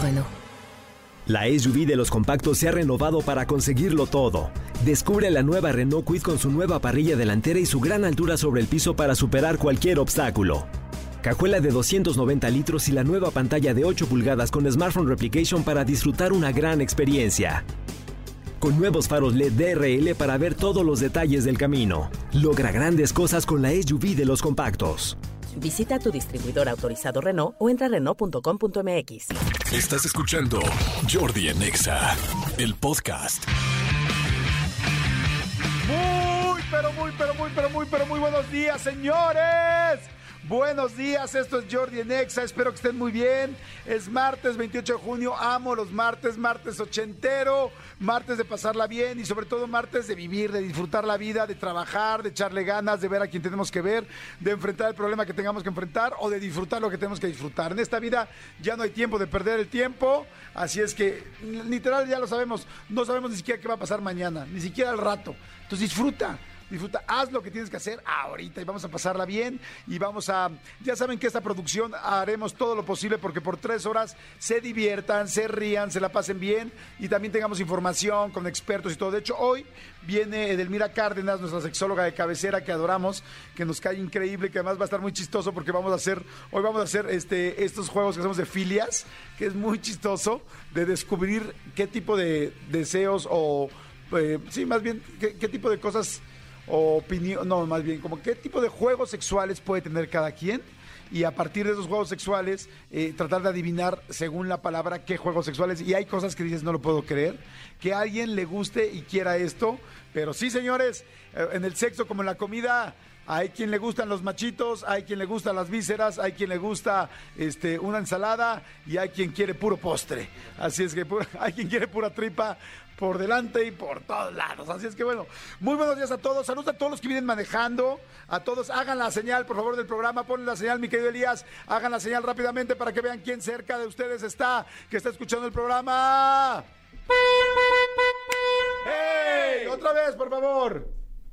Renault. La SUV de los compactos se ha renovado para conseguirlo todo. Descubre la nueva Renault Kwid con su nueva parrilla delantera y su gran altura sobre el piso para superar cualquier obstáculo. Cajuela de 290 litros y la nueva pantalla de 8 pulgadas con Smartphone Replication para disfrutar una gran experiencia. Con nuevos faros LED DRL para ver todos los detalles del camino. Logra grandes cosas con la SUV de los compactos. Visita tu distribuidor autorizado Renault o entra a Renault.com.mx. Estás escuchando Jordi en Exa, el podcast. Muy buenos días, señores. Buenos días, esto es Jordi en Exa, espero que estén muy bien. Es martes 28 de junio, amo los martes ochentero, martes de pasarla bien y sobre todo martes de vivir, de disfrutar la vida, de trabajar, de echarle ganas, de ver a quien tenemos que ver, de enfrentar el problema que tengamos que enfrentar o de disfrutar lo que tenemos que disfrutar. En esta vida ya no hay tiempo de perder el tiempo, así es que literal ya lo sabemos, no sabemos ni siquiera qué va a pasar mañana, ni siquiera al rato. Entonces disfruta, haz lo que tienes que hacer ahorita y vamos a pasarla bien y ya saben que esta producción haremos todo lo posible porque por 3 horas se diviertan, se rían, se la pasen bien y también tengamos información con expertos y todo. De hecho, hoy viene Edelmira Cárdenas, nuestra sexóloga de cabecera que adoramos, que nos cae increíble, que además va a estar muy chistoso porque hoy vamos a hacer estos juegos que hacemos de filias, que es muy chistoso, de descubrir qué tipo de deseos o, más bien, qué tipo de cosas opinión, no, más bien como qué tipo de juegos sexuales puede tener cada quien y a partir de esos juegos sexuales tratar de adivinar según la palabra qué juegos sexuales, y hay cosas que dices no lo puedo creer, que a alguien le guste y quiera esto, pero sí, señores, en el sexo como en la comida, hay quien le gustan los machitos, hay quien le gustan las vísceras, hay quien le gusta una ensalada y hay quien quiere puro postre, así es que hay quien quiere pura tripa por delante y por todos lados. Así es que bueno, muy buenos días a todos. Saludos a todos los que vienen manejando. A todos, hagan la señal, por favor, del programa. Ponle la señal, mi querido Elías. Hagan la señal rápidamente para que vean quién cerca de ustedes está, que está escuchando el programa. ¡Hey! Otra vez, por favor.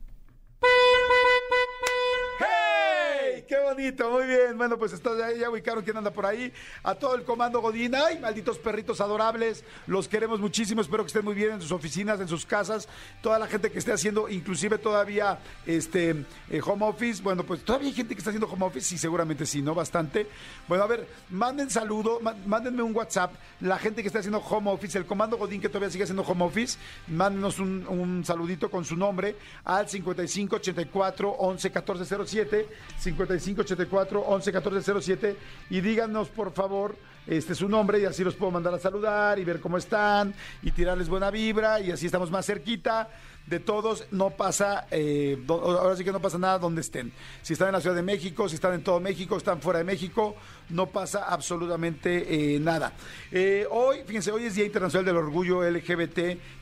¡Hey! ¡Qué bonito! Muy bien. Bueno, pues ya ubicaron quién anda por ahí. A todo el comando Godín. ¡Ay, malditos perritos adorables! Los queremos muchísimo. Espero que estén muy bien en sus oficinas, en sus casas. Toda la gente que esté haciendo, inclusive todavía home office. Bueno, pues todavía hay gente que está haciendo home office. Sí, seguramente sí, ¿no? Bastante. Bueno, a ver, mándenme un WhatsApp. La gente que está haciendo home office, el comando Godín que todavía sigue haciendo home office, mándenos un saludito con su nombre al 5584 11 14 07, 5584 11 14 07, y díganos por favor su nombre y así los puedo mandar a saludar y ver cómo están y tirarles buena vibra y así estamos más cerquita de todos. No pasa, ahora sí que no pasa nada donde estén. Si están en la Ciudad de México, si están en todo México, están fuera de México, no pasa absolutamente nada. Hoy, fíjense, hoy es Día Internacional del Orgullo LGBT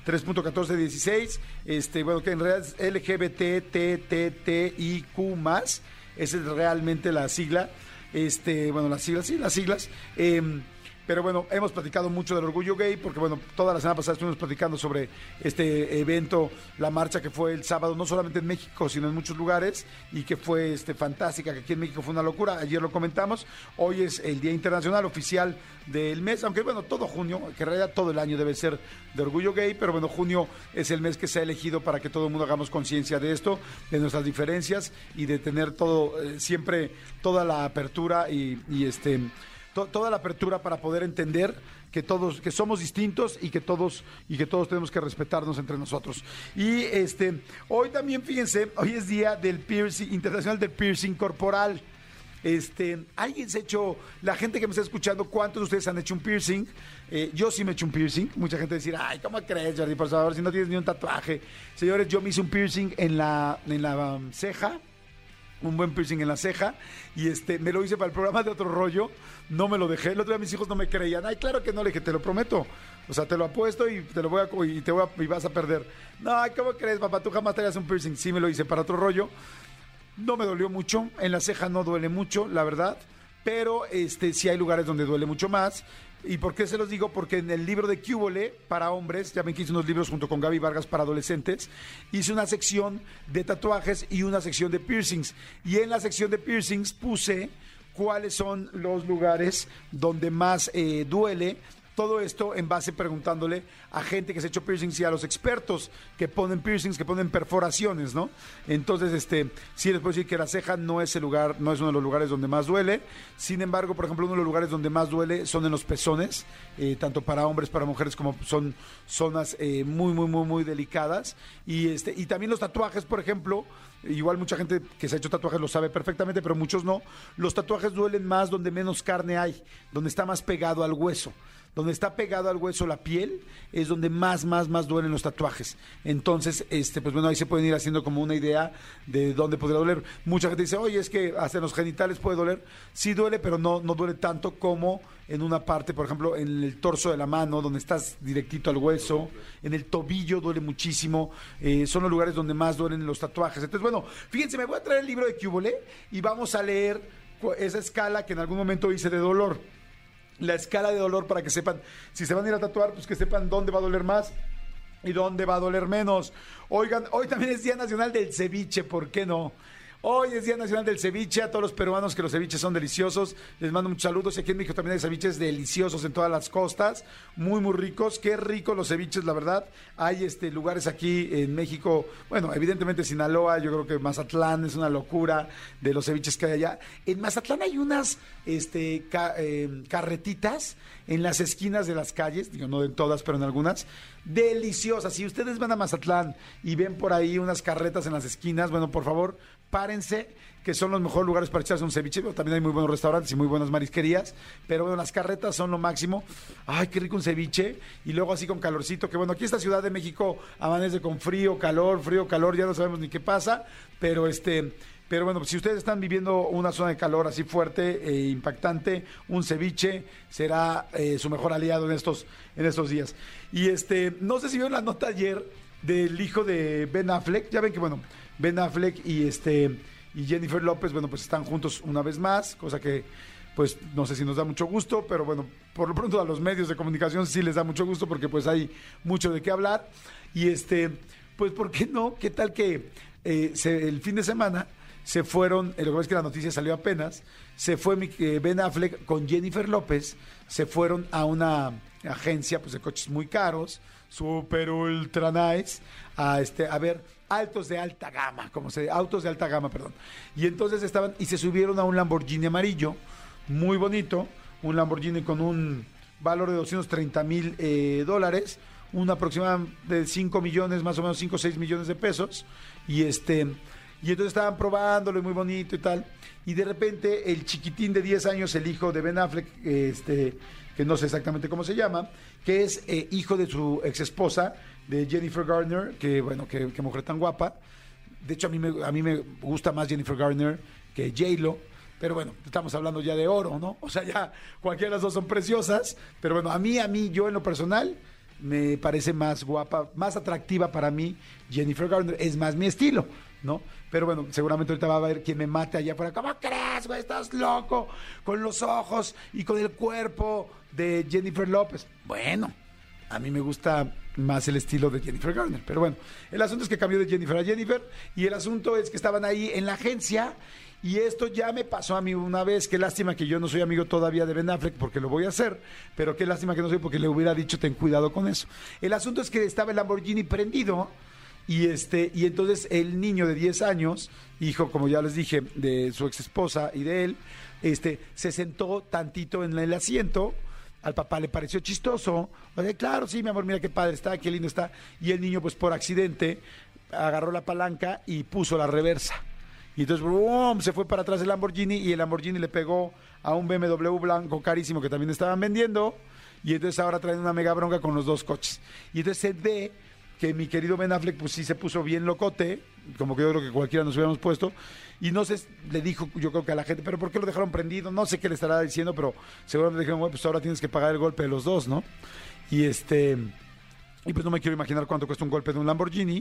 3.1416, bueno, que en realidad es LGBTTTIQ+, esa es realmente la sigla. Bueno, las siglas. Pero bueno, hemos platicado mucho del orgullo gay porque, bueno, toda la semana pasada estuvimos platicando sobre este evento, la marcha que fue el sábado, no solamente en México, sino en muchos lugares, y que fue fantástica, que aquí en México fue una locura. Ayer lo comentamos. Hoy es el Día Internacional oficial del mes, aunque, bueno, todo junio, que en realidad todo el año debe ser de orgullo gay, pero bueno, junio es el mes que se ha elegido para que todo el mundo hagamos conciencia de esto, de nuestras diferencias y de tener todo, siempre toda la apertura y toda la apertura para poder entender que somos distintos y que todos tenemos que respetarnos entre nosotros. Y hoy también, fíjense, hoy es día del piercing internacional del piercing corporal. ¿Alguien se ha hecho, la gente que me está escuchando, cuántos de ustedes han hecho un piercing? Yo sí me he hecho un piercing. Mucha gente decir, ay, ¿cómo crees, Jordi? Por favor, si no tienes ni un tatuaje. Señores, yo me hice un piercing en la ceja. Un buen piercing en la ceja y me lo hice para el programa de Otro Rollo, no me lo dejé. El otro día mis hijos no me creían. Ay, claro que no, le dije, te lo prometo, o sea, te lo apuesto y y vas a perder. No, ¿cómo crees, papá? Tú jamás te hagas un piercing. Sí, me lo hice para Otro Rollo, no me dolió mucho, en la ceja no duele mucho, la verdad, pero sí hay lugares donde duele mucho más. ¿Y por qué se los digo? Porque en el libro de Cúbole para hombres, ya ven que hice unos libros junto con Gaby Vargas para adolescentes, hice una sección de tatuajes y una sección de piercings. Y en la sección de piercings puse cuáles son los lugares donde más duele Todo esto en base preguntándole a gente que se ha hecho piercings y a los expertos que ponen piercings, que ponen perforaciones, ¿no? Entonces, sí les puedo decir que la ceja no es el lugar, no es uno de los lugares donde más duele. Sin embargo, por ejemplo, uno de los lugares donde más duele son en los pezones, tanto para hombres, para mujeres, como son zonas muy, muy, muy, muy delicadas. Y también los tatuajes, por ejemplo. Igual mucha gente que se ha hecho tatuajes lo sabe perfectamente, pero muchos no. Los tatuajes duelen más donde menos carne hay, donde está más pegado al hueso. Donde está pegado al hueso la piel es donde más duelen los tatuajes. Entonces, pues bueno, ahí se pueden ir haciendo como una idea de dónde podría doler. Mucha gente dice, oye, es que hasta en los genitales puede doler. Sí duele, pero no duele tanto como en una parte, por ejemplo, en el torso de la mano, donde estás directito al hueso. En el tobillo duele muchísimo. Son los lugares donde más duelen los tatuajes. Entonces, bueno, fíjense, me voy a traer el libro de Cúbole y vamos a leer esa escala que en algún momento hice de dolor. La escala de dolor para que sepan, si se van a ir a tatuar, pues que sepan dónde va a doler más y dónde va a doler menos. Oigan, hoy también es Día Nacional del Ceviche, ¿por qué no? Hoy es Día Nacional del Ceviche, a todos los peruanos que los ceviches son deliciosos, les mando muchos saludos. Y aquí en México también hay ceviches deliciosos en todas las costas, muy, muy ricos. Qué ricos los ceviches, la verdad. Hay lugares aquí en México, bueno, evidentemente Sinaloa, yo creo que Mazatlán es una locura de los ceviches que hay allá. En Mazatlán hay unas carretitas en las esquinas de las calles, digo, no en todas, pero en algunas, deliciosas. Si ustedes van a Mazatlán y ven por ahí unas carretas en las esquinas, bueno, por favor, párense, que son los mejores lugares para echarse un ceviche. También hay muy buenos restaurantes y muy buenas marisquerías, pero bueno, las carretas son lo máximo. Ay, qué rico un ceviche, y luego así con calorcito, que bueno, aquí esta Ciudad de México amanece con frío, calor, ya no sabemos ni qué pasa, pero bueno, si ustedes están viviendo una zona de calor así fuerte e impactante, un ceviche será su mejor aliado en estos días. Y no sé si vieron la nota ayer del hijo de Ben Affleck. Ya ven que, bueno, Ben Affleck y Jennifer López, bueno, pues están juntos una vez más, cosa que, pues, no sé si nos da mucho gusto, pero bueno, por lo pronto a los medios de comunicación sí les da mucho gusto porque pues hay mucho de qué hablar. Y pues, ¿por qué no? ¿Qué tal que el fin de semana se fueron, lo que pasa es que la noticia salió apenas, se fue Ben Affleck con Jennifer López, se fueron a una agencia pues de coches muy caros, super ultra nice, a ver autos de alta gama, perdón. Y entonces se subieron a un Lamborghini amarillo, muy bonito, un Lamborghini con un valor de $230,000, una aproximada de 5 millones, más o menos 5 o 6 millones de pesos, y entonces estaban probándolo, muy bonito y tal, y de repente el chiquitín de 10 años, el hijo de Ben Affleck, que no sé exactamente cómo se llama, que es hijo de su ex esposa, de Jennifer Garner, que bueno, que mujer tan guapa. De hecho, a mí me gusta más Jennifer Garner que J-Lo, pero bueno, estamos hablando ya de oro, ¿no? O sea, ya cualquiera de las dos son preciosas, pero bueno, a mí, yo en lo personal, me parece más guapa, más atractiva para mí Jennifer Garner, es más mi estilo, ¿no? Pero bueno, seguramente ahorita va a haber quien me mate allá afuera. ¿Cómo crees, güey? Estás loco con los ojos y con el cuerpo de Jennifer López. Bueno, a mí me gusta más el estilo de Jennifer Garner, pero bueno, el asunto es que cambió de Jennifer a Jennifer, y el asunto es que estaban ahí en la agencia, y esto ya me pasó a mí una vez. Qué lástima que yo no soy amigo todavía de Ben Affleck, porque lo voy a hacer, pero qué lástima que no soy, porque le hubiera dicho ten cuidado con eso. El asunto es que estaba el Lamborghini prendido, y entonces el niño de 10 años, hijo, como ya les dije, de su ex esposa y de él, se sentó tantito en el asiento. Al papá le pareció chistoso. Oye, claro, sí, mi amor, mira qué padre está, qué lindo está. Y el niño, pues por accidente, agarró la palanca y puso la reversa. Y entonces, ¡brum!, se fue para atrás el Lamborghini, y el Lamborghini le pegó a un BMW blanco carísimo que también estaban vendiendo. Y entonces ahora traen una mega bronca con los dos coches. Y entonces se ve que mi querido Ben Affleck pues sí se puso bien locote, como que yo creo que cualquiera nos hubiéramos puesto, y no sé, le dijo, yo creo que a la gente, pero ¿por qué lo dejaron prendido? No sé qué le estará diciendo, pero seguramente dijeron, bueno, pues ahora tienes que pagar el golpe de los dos, ¿no? Y pues no me quiero imaginar cuánto cuesta un golpe de un Lamborghini,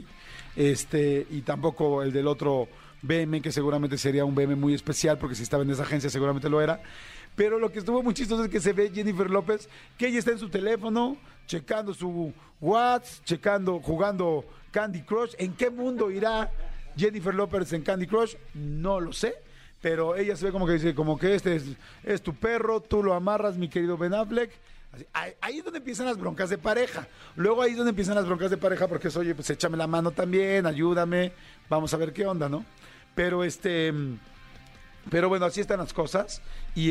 y tampoco el del otro BM, que seguramente sería un BM muy especial, porque si estaba en esa agencia seguramente lo era. Pero lo que estuvo muy chistoso es que se ve Jennifer López, que ella está en su teléfono, checando su WhatsApp, jugando Candy Crush. ¿En qué mundo irá Jennifer López en Candy Crush? No lo sé, pero ella se ve como que dice, como que este es tu perro, tú lo amarras, mi querido Ben Affleck. Así, ahí es donde empiezan las broncas de pareja. Luego ahí es donde empiezan las broncas de pareja porque es, oye, pues échame la mano también, ayúdame, vamos a ver qué onda, ¿no? Pero pero bueno, así están las cosas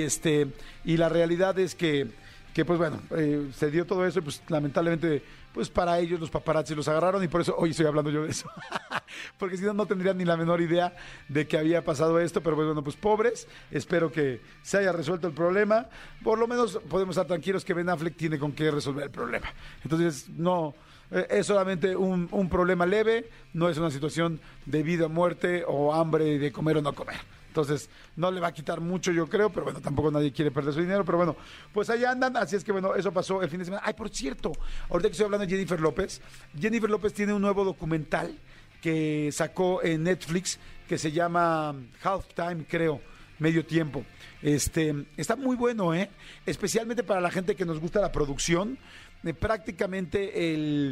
y la realidad es que pues bueno, se dio todo eso y pues lamentablemente pues para ellos los paparazzi los agarraron y por eso hoy estoy hablando yo de eso. Porque si no, no tendrían ni la menor idea de que había pasado esto, pero bueno, pues pobres, espero que se haya resuelto el problema. Por lo menos podemos estar tranquilos que Ben Affleck tiene con qué resolver el problema. Entonces, no, es solamente un problema leve, no es una situación de vida o muerte o hambre de comer o no comer. Entonces, no le va a quitar mucho, yo creo, pero bueno, tampoco nadie quiere perder su dinero, pero bueno, pues allá andan, así es que bueno, eso pasó el fin de semana. Ay, por cierto, ahorita que estoy hablando de Jennifer López tiene un nuevo documental que sacó en Netflix que se llama Halftime, creo, medio tiempo. Está muy bueno, especialmente para la gente que nos gusta la producción. Prácticamente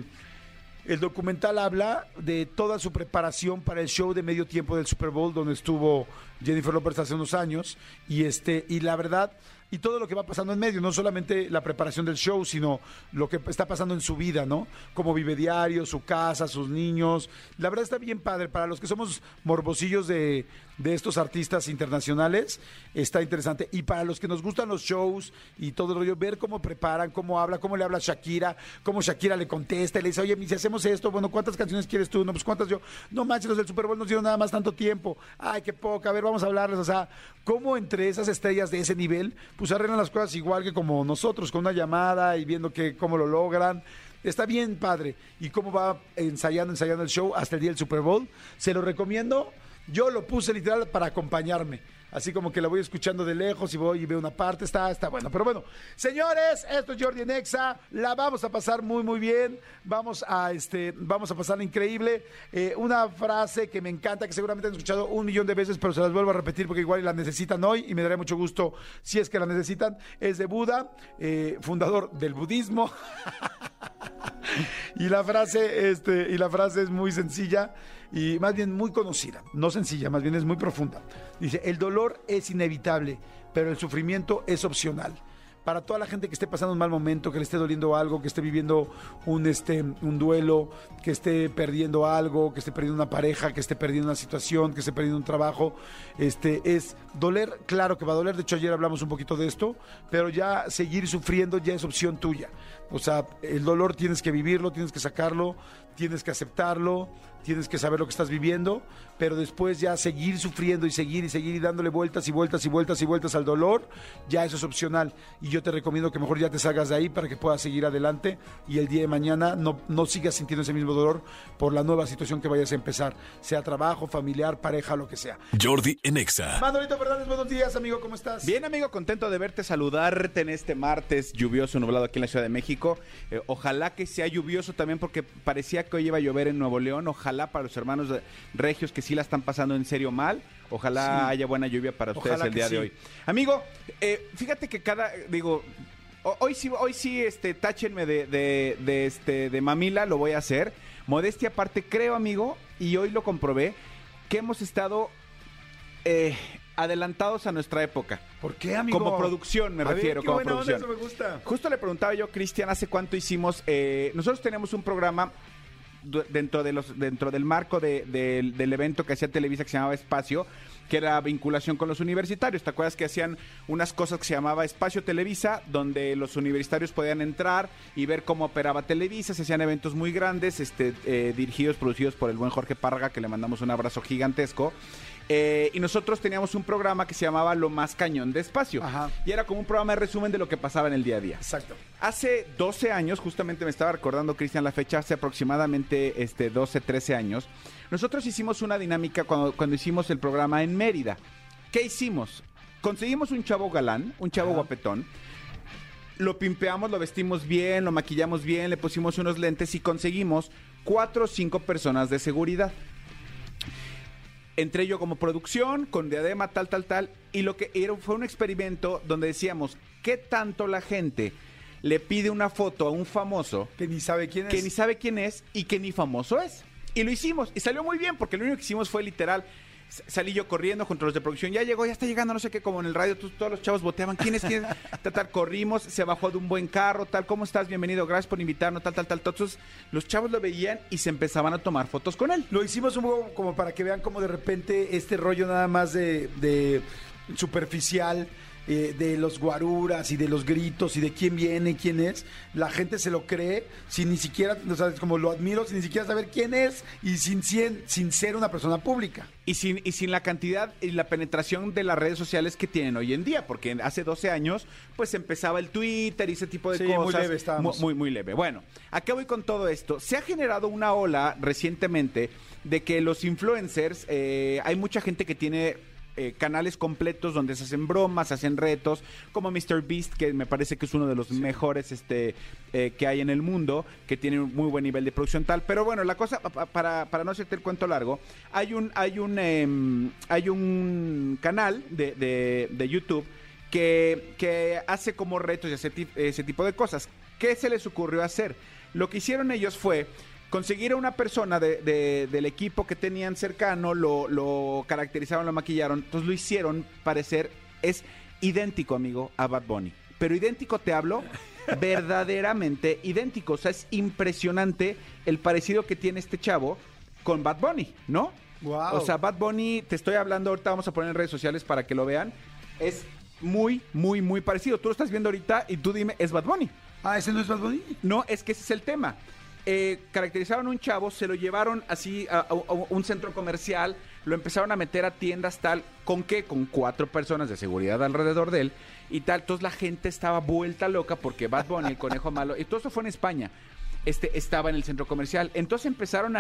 el documental habla de toda su preparación para el show de medio tiempo del Super Bowl, donde estuvo Jennifer López hace unos años, y la verdad, y todo lo que va pasando en medio, no solamente la preparación del show, sino lo que está pasando en su vida, ¿no? Cómo vive diario, su casa, sus niños. La verdad está bien padre. Para los que somos morbosillos de estos artistas internacionales, está interesante. Y para los que nos gustan los shows y todo el rollo, ver cómo preparan, cómo habla, cómo le habla a Shakira, cómo Shakira le contesta y le dice, oye, si hacemos esto, bueno, ¿cuántas canciones quieres tú? No, pues ¿cuántas yo? No manches, los del Super Bowl nos dieron nada más tanto tiempo. Ay, qué poca, a ver, vamos a hablarles. O sea, cómo entre esas estrellas de ese nivel, pues arreglan las cosas igual que como nosotros, con una llamada y viendo cómo lo logran. Está bien padre. Y cómo va ensayando el show hasta el día del Super Bowl. Se lo recomiendo. Yo lo puse literal para acompañarme. Así como que la voy escuchando de lejos y voy y veo una parte, está bueno. Pero bueno, señores, esto es Jordi en Exa, la vamos a pasar muy, muy bien. Vamos a pasarla increíble. Una frase que me encanta, que seguramente han escuchado 1,000,000 de veces, pero se las vuelvo a repetir porque igual la necesitan hoy y me dará mucho gusto si es que la necesitan. Es de Buda, fundador del budismo. Y la frase es muy sencilla y más bien muy conocida, no sencilla, más bien es muy profunda. Dice, el dolor es inevitable, pero el sufrimiento es opcional. Para toda la gente que esté pasando un mal momento, que le esté doliendo algo, que esté viviendo un duelo, que esté perdiendo algo, que esté perdiendo una pareja, que esté perdiendo una situación, que esté perdiendo un trabajo, es doler, claro que va a doler. De hecho, ayer hablamos un poquito de esto, pero ya seguir sufriendo ya es opción tuya. O sea, el dolor tienes que vivirlo, tienes que sacarlo, tienes que aceptarlo, tienes que saber lo que estás viviendo, pero después ya seguir sufriendo y seguir y dándole vueltas y vueltas y vueltas y vueltas al dolor, ya eso es opcional. Y yo te recomiendo que mejor ya te salgas de ahí para que puedas seguir adelante y el día de mañana no sigas sintiendo ese mismo dolor por la nueva situación que vayas a empezar, sea trabajo, familiar, pareja, lo que sea. Jordi en Exa. Manolito Fernández, buenos días, amigo, ¿cómo estás? Bien, amigo, contento de verte, saludarte en este martes lluvioso, nublado aquí en la Ciudad de México. Ojalá que sea lluvioso también porque parecía que hoy iba a llover en Nuevo León. Ojalá para los hermanos regios que sí la están pasando en serio mal. Ojalá haya buena lluvia para ustedes el día de hoy. Amigo, fíjate que hoy sí, táchenme de mamila, lo voy a hacer. Modestia aparte, creo, amigo, y hoy lo comprobé, que hemos estado adelantados a nuestra época. ¿Por qué, amigo? Como producción, me refiero, como producción. Eso me gusta. Justo le preguntaba yo, Cristian, ¿hace cuánto hicimos? Nosotros teníamos un programa dentro del marco del evento que hacía Televisa, que se llamaba Espacio, que era vinculación con los universitarios. ¿Te acuerdas que hacían unas cosas que se llamaba Espacio Televisa, donde los universitarios podían entrar y ver cómo operaba Televisa? Se hacían eventos muy grandes, producidos por el buen Jorge Párraga, que le mandamos un abrazo gigantesco. Y nosotros teníamos un programa que se llamaba Lo Más Cañón de Espacio. Ajá. Y era como un programa de resumen de lo que pasaba en el día a día. Exacto. Hace 12 años, justamente me estaba recordando, Cristian, la fecha, hace aproximadamente 12, 13 años, nosotros hicimos una dinámica cuando hicimos el programa en Mérida. ¿Qué hicimos? Conseguimos un chavo galán, un chavo guapetón, lo pimpeamos, lo vestimos bien, lo maquillamos bien, le pusimos unos lentes y conseguimos 4 o 5 personas de seguridad. Entré yo como producción, con diadema, tal, y lo que era fue un experimento donde decíamos, ¿qué tanto la gente le pide una foto a un famoso que ni sabe quién es y que ni famoso es? Y lo hicimos, y salió muy bien, porque lo único que hicimos fue literal Salí yo corriendo contra los de producción, ya llegó, ya está llegando, no sé qué, como en el radio, todos los chavos boteaban, ¿quién es? Tal, corrimos, se bajó de un buen carro, tal, ¿cómo estás? Bienvenido, gracias por invitarnos, tal. Entonces, los chavos lo veían y se empezaban a tomar fotos con él. Lo hicimos un poco como para que vean como de repente este rollo nada más de superficial, de los guaruras y de los gritos y de quién viene, quién es, la gente se lo cree sin ni siquiera, o sea, como lo admiro, sin ni siquiera saber quién es y sin ser una persona pública. Y sin la cantidad y la penetración de las redes sociales que tienen hoy en día, porque hace 12 años, pues empezaba el Twitter y ese tipo de cosas. Muy leve estábamos. Muy leve. Bueno, ¿a qué voy con todo esto? Se ha generado una ola recientemente de que los influencers, hay mucha gente que tiene canales completos donde se hacen bromas, se hacen retos, como MrBeast, que me parece que es uno de los mejores que hay en el mundo, que tiene un muy buen nivel de producción tal. Pero bueno, la cosa, para no hacerte el cuento largo, hay un canal de YouTube que hace como retos y ese tipo de cosas. ¿Qué se les ocurrió hacer? Lo que hicieron ellos fue conseguir a una persona del equipo que tenían cercano, lo caracterizaron, lo maquillaron, entonces lo hicieron parecer, es idéntico, amigo, a Bad Bunny. Pero idéntico, te hablo, verdaderamente idéntico. O sea, es impresionante el parecido que tiene este chavo con Bad Bunny, ¿no? Wow. O sea, Bad Bunny, te estoy hablando, ahorita vamos a poner en redes sociales para que lo vean, es muy parecido. Tú lo estás viendo ahorita y tú dime, ¿es Bad Bunny? Ah, ¿ese no es Bad Bunny? No, es que ese es el tema. Caracterizaron a un chavo, se lo llevaron así a un centro comercial, lo empezaron a meter a tiendas tal, ¿con qué? Con 4 personas de seguridad alrededor de él y tal. Entonces la gente estaba vuelta loca porque Bad Bunny, el conejo malo, y todo eso fue en España, estaba en el centro comercial. Entonces empezaron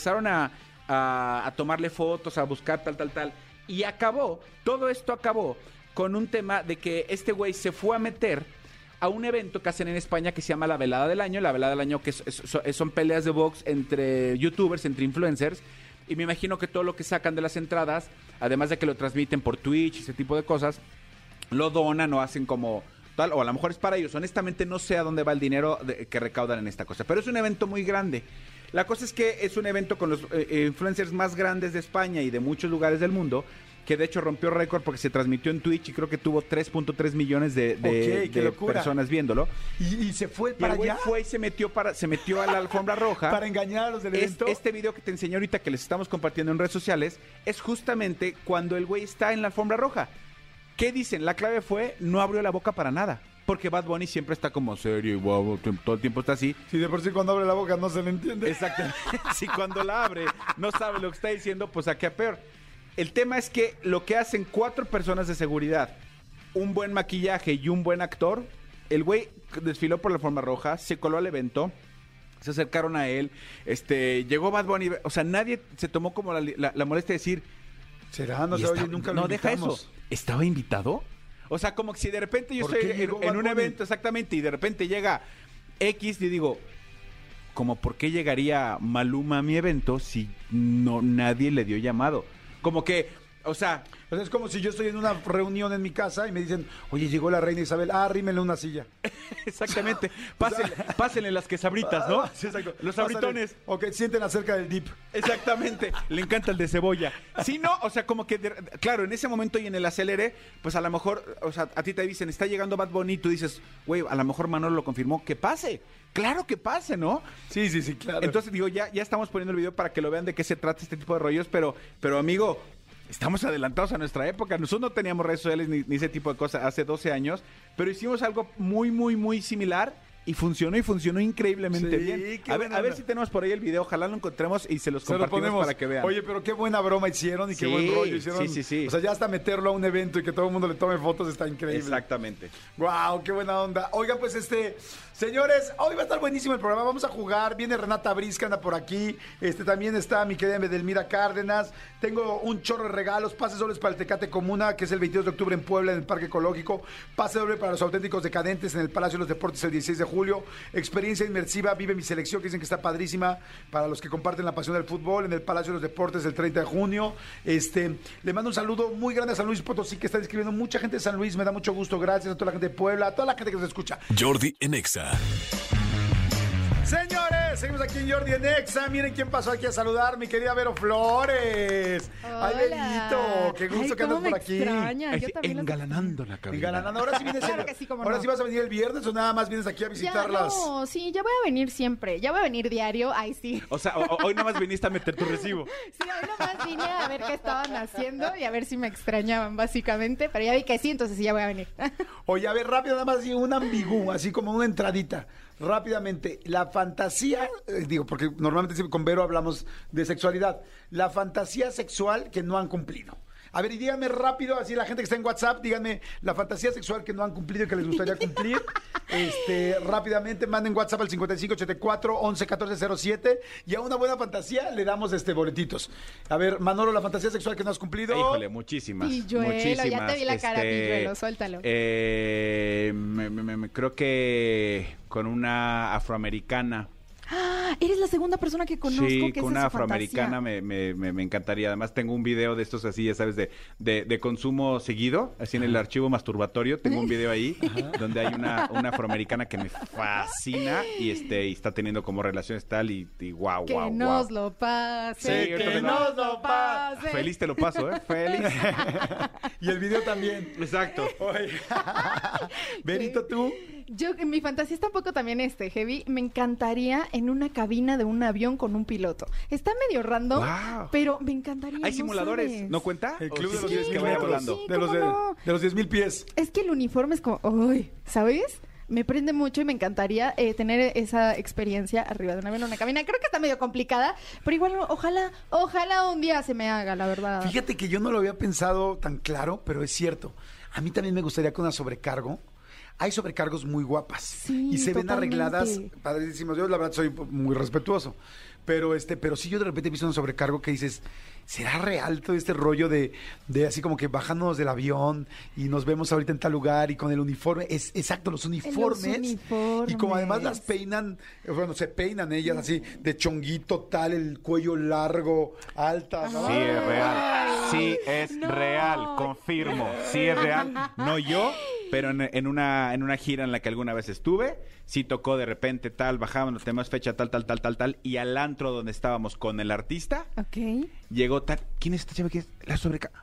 a tomarle fotos, a buscar tal, y todo esto acabó con un tema de que este güey se fue a meter a un evento que hacen en España que se llama La Velada del Año. La Velada del Año que son peleas de box entre youtubers, entre influencers. Y me imagino que todo lo que sacan de las entradas, además de que lo transmiten por Twitch y ese tipo de cosas, lo donan o hacen como tal, o a lo mejor es para ellos. Honestamente no sé a dónde va el dinero que recaudan en esta cosa, pero es un evento muy grande. La cosa es que es un evento con los influencers más grandes de España y de muchos lugares del mundo, que de hecho rompió récord porque se transmitió en Twitch y creo que tuvo 3.3 millones de personas viéndolo. ¿Y se fue para allá? El güey fue y se metió a la alfombra roja. Para engañar a los del evento. Este video que te enseñé ahorita, que les estamos compartiendo en redes sociales, es justamente cuando el güey está en la alfombra roja. ¿Qué dicen? La clave fue, no abrió la boca para nada. Porque Bad Bunny siempre está como serio y guau, todo el tiempo está así. Sí, de por sí cuando abre la boca no se le entiende. Exactamente. Si cuando la abre no sabe lo que está diciendo, pues a qué peor. El tema es que lo que hacen 4 personas de seguridad, un buen maquillaje y un buen actor, el güey desfiló por la alfombra roja, se coló al evento, se acercaron a él, llegó Bad Bunny, o sea, nadie se tomó como la molestia de decir, ¿será? No se oye, nunca lo invitamos. Deja eso. ¿Estaba invitado? O sea, como que si de repente yo estoy en un evento, exactamente, y de repente llega X y digo, como ¿por qué llegaría Maluma a mi evento si nadie le dio llamado? Como que, o sea, es como si yo estoy en una reunión en mi casa y me dicen, oye, llegó la reina Isabel, arrímenle una silla. Exactamente. Pásenle las quesabritas, ¿no? Sí, exacto. Los sabritones. O que sienten acerca del dip. Exactamente. Le encanta el de cebolla. Sí, no, o sea, como que, claro, en ese momento y en el acelere, pues a lo mejor, o sea, a ti te dicen, está llegando Bad Bunny, tú dices, güey, a lo mejor Manolo lo confirmó, que pase. Claro que pase, ¿no? Sí, claro. Entonces, digo, ya estamos poniendo el video para que lo vean de qué se trata este tipo de rollos, pero amigo, estamos adelantados a nuestra época. Nosotros no teníamos redes sociales ni ese tipo de cosas hace 12 años, pero hicimos algo muy similar y funcionó increíblemente bien. A ver si tenemos por ahí el video, ojalá lo encontremos y se los compartimos para que vean. Oye, pero qué buena broma hicieron y qué buen rollo hicieron. Sí. O sea, ya hasta meterlo a un evento y que todo el mundo le tome fotos está increíble. Exactamente. Wow, qué buena onda. Oigan, pues señores, hoy va a estar buenísimo el programa. Vamos a jugar. Viene Renata Briz, que anda por aquí. También está mi querida Edelmira Cárdenas. Tengo un chorro de regalos. Pases dobles para el Tecate Comuna, que es el 22 de octubre en Puebla, en el Parque Ecológico. Pase doble para los auténticos decadentes en el Palacio de los Deportes el 16 de julio. Experiencia inmersiva, Vive mi selección, que dicen que está padrísima para los que comparten la pasión del fútbol, en el Palacio de los Deportes el 30 de junio. Le mando un saludo muy grande a San Luis Potosí, que está escribiendo mucha gente de San Luis. Me da mucho gusto. Gracias a toda la gente de Puebla, a toda la gente que nos escucha. Jordi en Exa. Señores, Seguimos aquí en Jordi en Exa. Miren quién pasó aquí a saludar, mi querida Vero Flores. Hola. Ay, Verito, qué gusto que andas por aquí. Extraña. Yo también Engalanando la cabina. Engalanando. Ahora sí vienes. Claro que sí, cómo ahora no. sí vas a venir el viernes o nada más vienes aquí a visitarlas. No, sí, ya voy a venir siempre. Ya voy a venir diario. Ay, sí. O sea, hoy nada más viniste a meter tu recibo. Sí, hoy nomás vine a ver qué estaban haciendo y a ver si me extrañaban, básicamente. Pero ya vi que sí, entonces sí, ya voy a venir. Oye, a ver, rápido, nada más así un ambigú, así como una entradita. Rápidamente, la fantasía, digo, porque normalmente siempre con Vero hablamos de sexualidad, la fantasía sexual que no han cumplido. A ver, y díganme rápido, así la gente que está en WhatsApp, díganme la fantasía sexual que no han cumplido y que les gustaría cumplir. Rápidamente, manden WhatsApp al 5584-111407 y a una buena fantasía le damos boletitos. A ver, Manolo, la fantasía sexual que no has cumplido. Híjole, muchísimas. Pilluelo, muchísimas. ya te vi la cara, Pilluelo, suéltalo. Creo que con una afroamericana. Ah, eres la segunda persona que conozco Sí, que con es una esa afroamericana fantasía. me encantaría. Además tengo un video de estos así, ya sabes, de consumo seguido, así en el archivo masturbatorio. Tengo un video ahí donde hay una afroamericana que me fascina y está teniendo como relaciones tal y guau, Que guau, nos guau. lo pase, Sí, ahorita que te nos lo pase. Feliz te lo paso, ¿eh? Feliz. Y el video también. Exacto. Oye. Verito, tú. Yo, mi fantasía está un poco también heavy. Me encantaría en una cabina de un avión con un piloto. Está medio random, Wow. pero me encantaría. Hay ¿no simuladores, sabes? ¿no cuenta? El ¿O club de sí los quieres 10.000 que vaya metros. volando? Sí, De los, ¿cómo no? de los 10,000 pies. Es que el uniforme es como, uy, ¿sabes? Me prende mucho y me encantaría tener esa experiencia arriba de un avión en una cabina. Creo que está medio complicada, pero igual ojalá un día se me haga, la verdad. Fíjate que yo no lo había pensado tan claro, pero es cierto. A mí también me gustaría con una sobrecargo. Hay sobrecargos muy guapas Sí, y se ven totalmente. arregladas padrísimos. Yo la verdad soy muy respetuoso, pero sí yo de repente he visto un sobrecargo que dices, ¿será real todo este rollo de así como que bajándonos del avión y nos vemos ahorita en tal lugar y con el uniforme? Es exacto, los uniformes. uniformes. Y como además las peinan, bueno, se peinan ellas así de chonguito tal, el cuello largo, altas. Sí es real, sí es no. real, confirmo, sí es real. No yo, pero en una gira en la que alguna vez estuve, sí tocó de repente tal, bajábamos, tenemos fecha tal, y al antro donde estábamos con el artista, Ok. llegó tal, ¿quién es esta chava que es? La sobrecarga.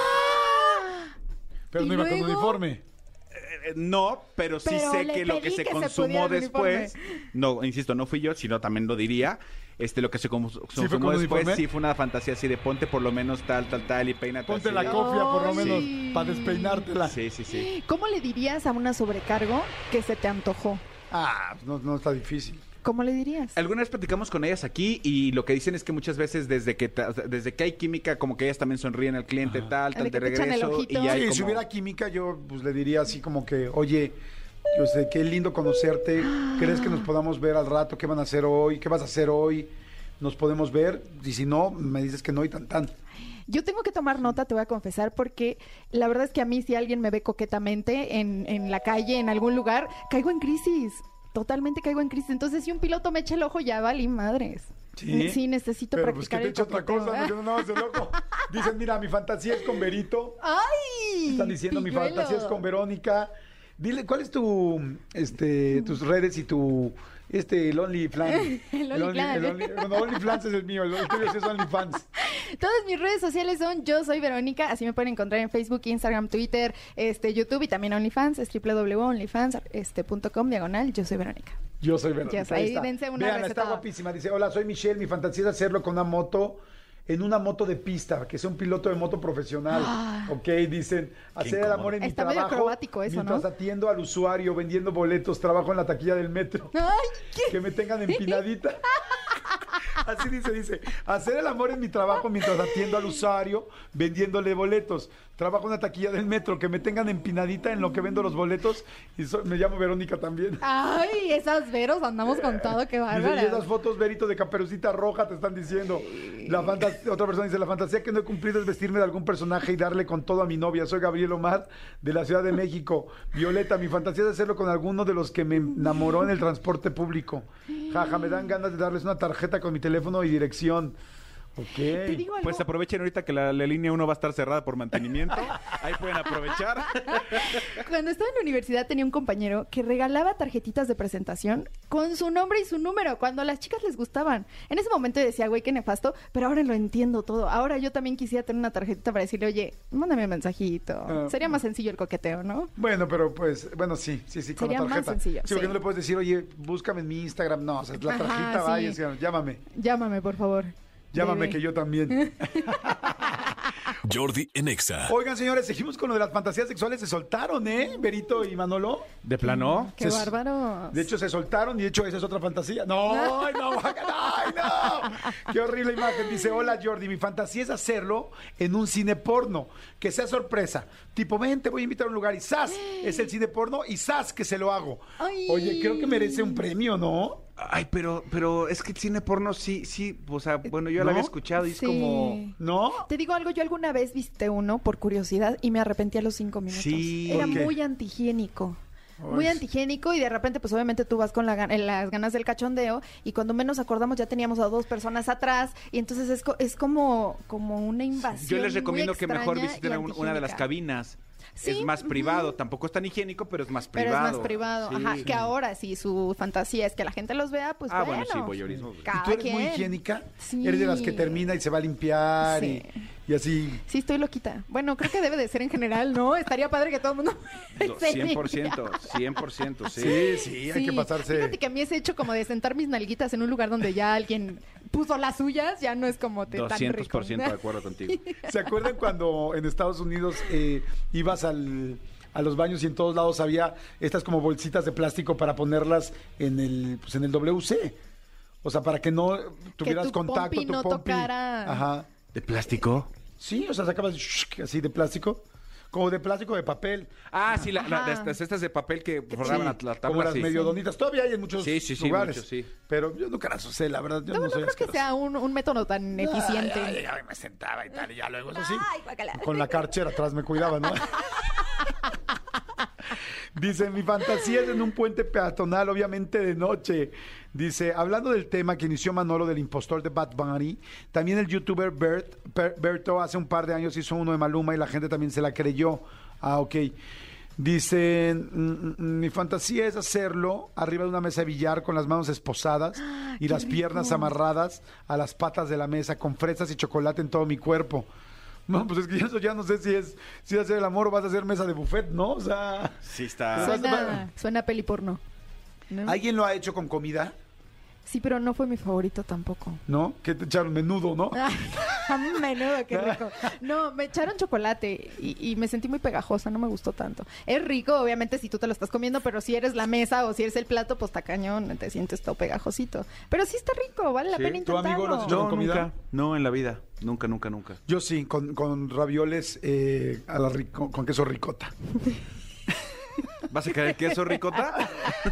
Pero ¿Y no iba con luego? uniforme. No, pero sí Pero sé le que lo que pedí se que se consumó pudiera el después, no, insisto, no fui yo, sino también lo diría, lo que se consumó fue con después, uniforme? sí fue una fantasía así de ponte por lo menos tal, y peínate Ponte así. la cofia por lo Ay, menos sí. para despeinártela. Sí, sí, sí. ¿Cómo le dirías a una sobrecargo que se te antojó? Ah, no está difícil. ¿Cómo le dirías? Alguna vez platicamos con ellas aquí y lo que dicen es que muchas veces desde que hay química, como que ellas también sonríen al cliente, tal, De de que te echan el regreso. ojito. Y hay Sí, como... si hubiera química, yo pues le diría así como que, oye, yo sé, qué lindo conocerte, ¿crees que nos podamos ver al rato? ¿Qué van a hacer hoy? ¿Qué vas a hacer hoy? ¿Nos podemos ver? Y si no, me dices que no y tan. Yo tengo que tomar nota, te voy a confesar, porque la verdad es que a mí si alguien me ve coquetamente en la calle, en algún lugar, caigo en crisis. Totalmente caigo en crisis. Entonces, si un piloto me echa el ojo, ya valí madres. Sí, necesito Pero pues que practicar te el eche otra coqueteo. cosa, porque no nada más el loco. Dicen, mira, mi fantasía es con Verito. ¡Ay! Están diciendo, mi pilluelo. fantasía es con Verónica. Dile, ¿cuál es tus redes y tu, el OnlyFans? El OnlyFans. Bueno, OnlyFans es el mío, el tuyo sí es OnlyFans. Todas mis redes sociales son Yo Soy Verónica, así me pueden encontrar en Facebook, Instagram, Twitter, YouTube y también OnlyFans, es www.onlyfans.com/ Yo Soy Verónica. Yo soy Verónica. Ya sé, ahí dense una Vean, está recetada. guapísima. Dice, hola, soy Michelle, mi fantasía es hacerlo con una moto, en una moto de pista, que sea un piloto de moto profesional. Ok, dicen, hacer el amor en mi Está medio trabajo, acrobático eso, mientras ¿no? atiendo al usuario, vendiendo boletos, trabajo en la taquilla del metro. ¡Ay! ¿Qué? Que me tengan empinadita. Así dice, hacer el amor en mi trabajo mientras atiendo al usuario vendiéndole boletos. Trabajo en una taquilla del metro, que me tengan empinadita en lo que vendo los boletos y me llamo Verónica también. ¡Ay! Esas veros andamos con todo, qué Dice, y bárbara. esas fotos, Verito, de Caperucita Roja te están diciendo. Otra persona dice, la fantasía que no he cumplido es vestirme de algún personaje y darle con todo a mi novia. Soy Gabriel Omar, de la Ciudad de México. Violeta, mi fantasía es hacerlo con alguno de los que me enamoró en el transporte público. Jaja, me dan ganas de darles una tarjeta con mi teléfono y dirección. Te digo algo. Pues aprovechen ahorita que la línea 1 va a estar cerrada por mantenimiento. Ahí pueden aprovechar. Cuando estaba en la universidad tenía un compañero que regalaba tarjetitas de presentación con su nombre y su número cuando a las chicas les gustaban. En ese momento decía, güey, qué nefasto, pero ahora lo entiendo todo. Ahora yo también quisiera tener una tarjetita para decirle, oye, mándame un mensajito. Sería más sencillo el coqueteo, ¿no? Bueno, pero pues, bueno, sí, con Sería la más tarjeta. sencillo, Sí, porque sí. no le puedes decir, oye, búscame en mi Instagram. No, o sea, la tarjeta va y sí. decía, llámame. Llámame, por favor. Llámame Bebé. que yo también. Jordi en Exa. Oigan, señores, seguimos con lo de las fantasías sexuales. Se soltaron, ¿eh? Berito y Manolo. ¿De plano? Qué Se- bárbaro. De hecho, se soltaron y de hecho esa es otra fantasía. No, ay, no, ay, no. Qué horrible imagen. Dice, hola Jordi, mi fantasía es hacerlo en un cine porno. Que sea sorpresa. Tipo, ven, te voy a invitar a un lugar y ¡zas! Es el cine porno y ¡zas! Que se lo hago. Ay. Oye, creo que merece un premio, ¿no? Ay, pero es que el cine porno sí, o sea, bueno, yo ¿No? lo había escuchado y es Sí. como... ¿No? Te digo algo, yo alguna vez visité uno por curiosidad y me arrepentí a los 5 minutos. Sí. Era ¿Por qué? muy antihigiénico. Muy Ay, antihigiénico y de repente pues obviamente tú vas con las ganas del cachondeo y cuando menos acordamos ya teníamos a 2 personas atrás y entonces es como una invasión. Yo les muy recomiendo que mejor extraña visiten y una de las antihigiénica. cabinas. Sí, Es más ujú. privado, tampoco es tan higiénico, pero es más Pero privado. es más privado, Sí. ajá, que ahora si su fantasía es que la gente los vea, pues Ah, bueno. bueno, sí, voyeurismo. ¿Y tú ¿Y Cada tú eres muy quien. higiénica? Sí. ¿Eres de las que termina y se va a limpiar Sí. y así? Sí, estoy loquita. Bueno, creo que debe de ser en general, ¿no? Estaría padre que todo el mundo... No, 100%, sí. Sí, hay que pasarse. Fíjate que a mí ese hecho como de sentar mis nalguitas en un lugar donde ya alguien puso las suyas, ya no es como tan rico. 200% de acuerdo contigo. ¿Se acuerdan cuando en Estados Unidos ibas a los baños y en todos lados había estas como bolsitas de plástico para ponerlas en el WC? O sea, para que no tuvieras tu contacto, pompi tu no pompi. tocara. Ajá. ¿De plástico? Sí, o sea, sacabas así de plástico. Como de plástico de papel. Ah, sí, Ajá. estas de papel que forraban Sí, la tabla. como las sí. medio donitas. Todavía hay en muchos Sí, lugares. muchos, sí. Pero yo nunca las usé, la verdad. Yo No, no, no soy creo que asqueroso. sea un método tan eficiente. Ya llegaba y me sentaba y tal, y ya luego eso sí. Ay, guácala. Con la carchera atrás me cuidaba, ¿no? Dice, mi fantasía es en un puente peatonal, obviamente de noche. Dice, hablando del tema que inició Manolo del impostor de Bad Bunny, también el youtuber Berto hace un par de años hizo uno de Maluma y la gente también se la creyó. Ah, ok. Dice, mi fantasía es hacerlo arriba de una mesa de billar con las manos esposadas y qué las piernas rico. amarradas a las patas de la mesa con fresas y chocolate en todo mi cuerpo. No, pues es que eso ya no sé si es hacer el amor o vas a hacer mesa de buffet, ¿no? O sea, Sí está... Suena peli porno. ¿no? ¿alguien lo ha hecho con comida? Sí, pero no fue mi favorito tampoco. ¿No? Que te echaron menudo, ¿no? Menudo, qué rico. No, me echaron chocolate y me sentí muy pegajosa, no me gustó tanto. Es rico, obviamente, si tú te lo estás comiendo, pero si eres la mesa o si eres el plato, pues está cañón, te sientes todo pegajosito. Pero sí está rico, vale la Sí. pena ¿Tu intentarlo. amigo lo has hecho No, con comida? nunca. No, en la vida. Nunca. Yo sí, con ravioles con queso ricota. ¿Vas a querer queso ricota?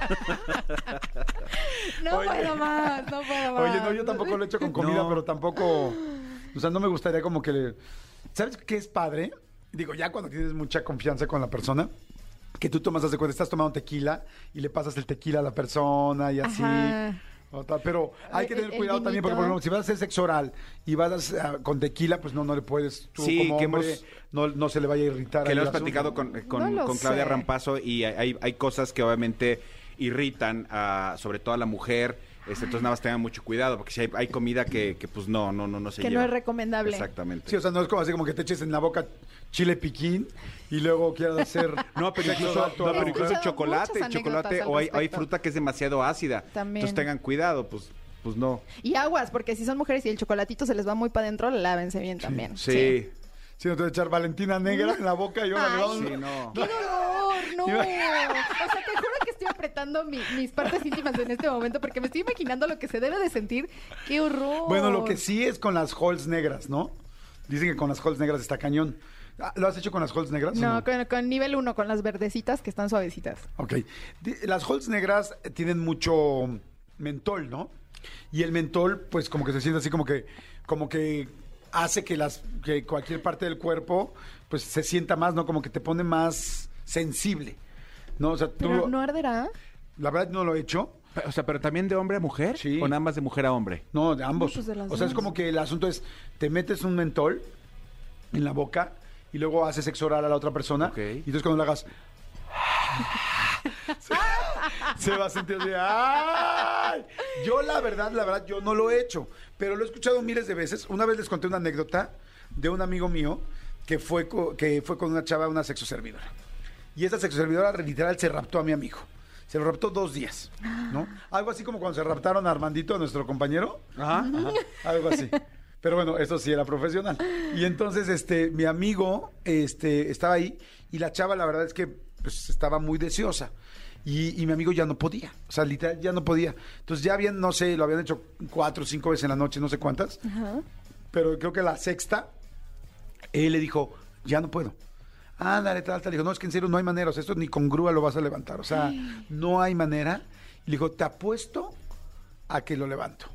No Oye. puedo más, no puedo más. Oye, no, yo tampoco lo he hecho con comida, No. pero tampoco... O sea, no me gustaría como que le... ¿Sabes qué es padre? Digo, ya cuando tienes mucha confianza con la persona, que tú tomas, haz de cuenta, estás tomando tequila y le pasas el tequila a la persona y así... Ajá. o tal, pero hay que tener El cuidado también, porque por vinito. ejemplo, si vas a hacer sexo oral y vas con tequila, pues no le puedes, tú Sí, como que hombre, no se le vaya a irritar. Que ahí lo el hemos platicado asunto. con No lo Claudia sé. Rampazo y hay cosas que obviamente irritan sobre todo a la mujer. Entonces nada más tengan mucho cuidado, porque si hay comida que pues no se Que lleva. no es recomendable. Exactamente. Sí, o sea, no es como así como que te eches en la boca chile piquín y luego quieras hacer... No, pero sexo incluso, alto no, a la pero mujer. incluso He escuchado chocolate muchas anécdotas o hay al respecto. fruta que es demasiado ácida. También. Entonces tengan cuidado, pues no. Y aguas, porque si son mujeres y el chocolatito se les va muy para adentro, lávense bien también. Sí. Si no te voy a echar Valentina negra en la boca y ahora Ay, le vamos... Sí, no. ¡Qué dolor! ¡No! O sea, te juro que estoy apretando mis partes íntimas en este momento porque me estoy imaginando lo que se debe de sentir. ¡Qué horror! Bueno, lo que sí es con las halls negras, ¿no? Dicen que con las halls negras está cañón. Ah, ¿lo has hecho con las halls negras? o No, con nivel 1, con las verdecitas que están suavecitas. Ok. Las halls negras tienen mucho mentol, ¿no? Y el mentol, pues como que se siente así como que hace que cualquier parte del cuerpo, pues se sienta más, ¿no? Como que te pone más sensible, ¿no? O sea, tú... Pero no arderá. La verdad no lo he hecho, O sea, pero también de hombre a mujer, Sí. o nada más de mujer a hombre. No, de ambos. No, pues de las O sea, es dos. como que el asunto es, te metes un mentol en la boca y luego haces sexo oral a la otra persona. Ok. Y entonces cuando lo hagas... se va a sentir así. ¡Ay! Yo la verdad, yo no lo he hecho, pero lo he escuchado miles de veces. Una vez les conté una anécdota de un amigo mío que fue con una chava, una sexoservidora. Y esta sexoservidora literal se raptó a mi amigo. Se lo raptó 2 días, ¿no? Algo así como cuando se raptaron a Armandito, a nuestro compañero. Ajá. Algo así. Pero bueno, eso sí era profesional. Y entonces, mi amigo, estaba ahí y la chava, la verdad es que pues, estaba muy deseosa. Y mi amigo ya no podía. O sea, literal, ya no podía. Entonces ya habían, no sé, lo habían hecho 4 o 5 veces en la noche, no sé cuántas. Ajá. Pero creo que la sexta, él le dijo, ya no puedo. Ándale, tal. Le dijo, no, es que en serio no hay manera. O sea, esto ni con grúa lo vas a levantar. O sea, no hay manera. Y le dijo, te apuesto a que lo levanto.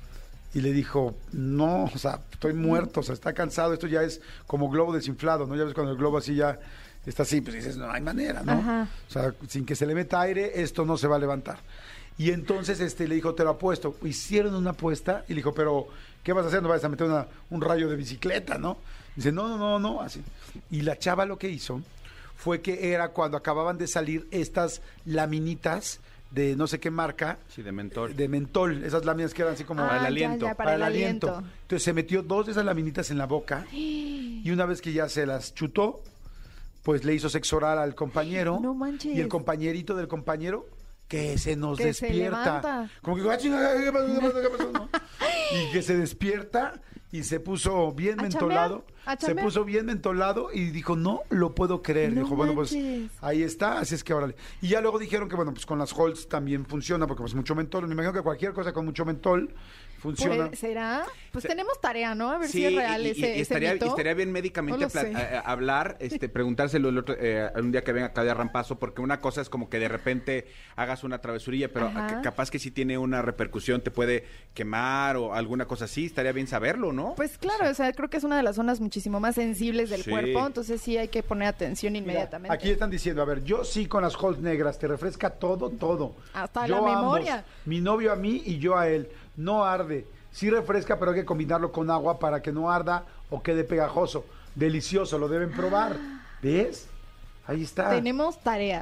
Y le dijo, no, o sea, estoy muerto, o sea, está cansado, esto ya es como globo desinflado, ¿no? Ya ves cuando el globo así ya está así, pues dices, no hay manera, ¿no? Ajá. O sea, sin que se le meta aire, esto no se va a levantar. Y entonces le dijo, te lo apuesto. Hicieron una apuesta y le dijo, pero, ¿qué vas a hacer? No vas a meter un rayo de bicicleta, ¿no? Dice, no, así. Y la chava lo que hizo fue que era cuando acababan de salir estas laminitas de no sé qué marca. Sí, de mentol. De mentol, esas láminas que eran así como Para el Ah, aliento. ya, para el aliento. Entonces se metió 2 de esas laminitas en la boca y una vez que ya se las chutó, pues le hizo sexo oral al compañero. No manches. Y el compañerito del compañero que se nos Que se despierta. levanta. Como que, ¿qué pasó? ¿No? Y que se despierta y se puso bien ¿A mentolado. chambear? ¿A Se chambear? puso bien mentolado y dijo, no lo puedo creer. No Dijo, bueno, pues manches. ahí está, así es que órale. Y ya luego dijeron que, bueno, pues con las Halls también funciona, porque pues mucho mentol. Me imagino que cualquier cosa con mucho mentol funciona. ¿Será? Pues tenemos tarea, ¿no? A ver Sí, si es real y ese estaría, mito. estaría bien médicamente No lo sé. hablar, preguntárselo el otro, un día que venga acá de Rampazo, porque una cosa es como que de repente hagas una travesurilla, pero Ajá. capaz que si tiene una repercusión, te puede quemar o alguna cosa así, estaría bien saberlo, ¿no? Pues claro, o sea, creo que es una de las zonas muchísimo más sensibles del Sí. cuerpo, entonces sí hay que poner atención Mira, inmediatamente. aquí están diciendo, a ver, yo sí con las Halls negras, te refresca todo. Hasta Yo la ambos, memoria. mi novio a mí y yo a él. No arde. Sí refresca, pero hay que combinarlo con agua para que no arda o quede pegajoso. Delicioso, lo deben probar. ¿Ves? Ahí está. Tenemos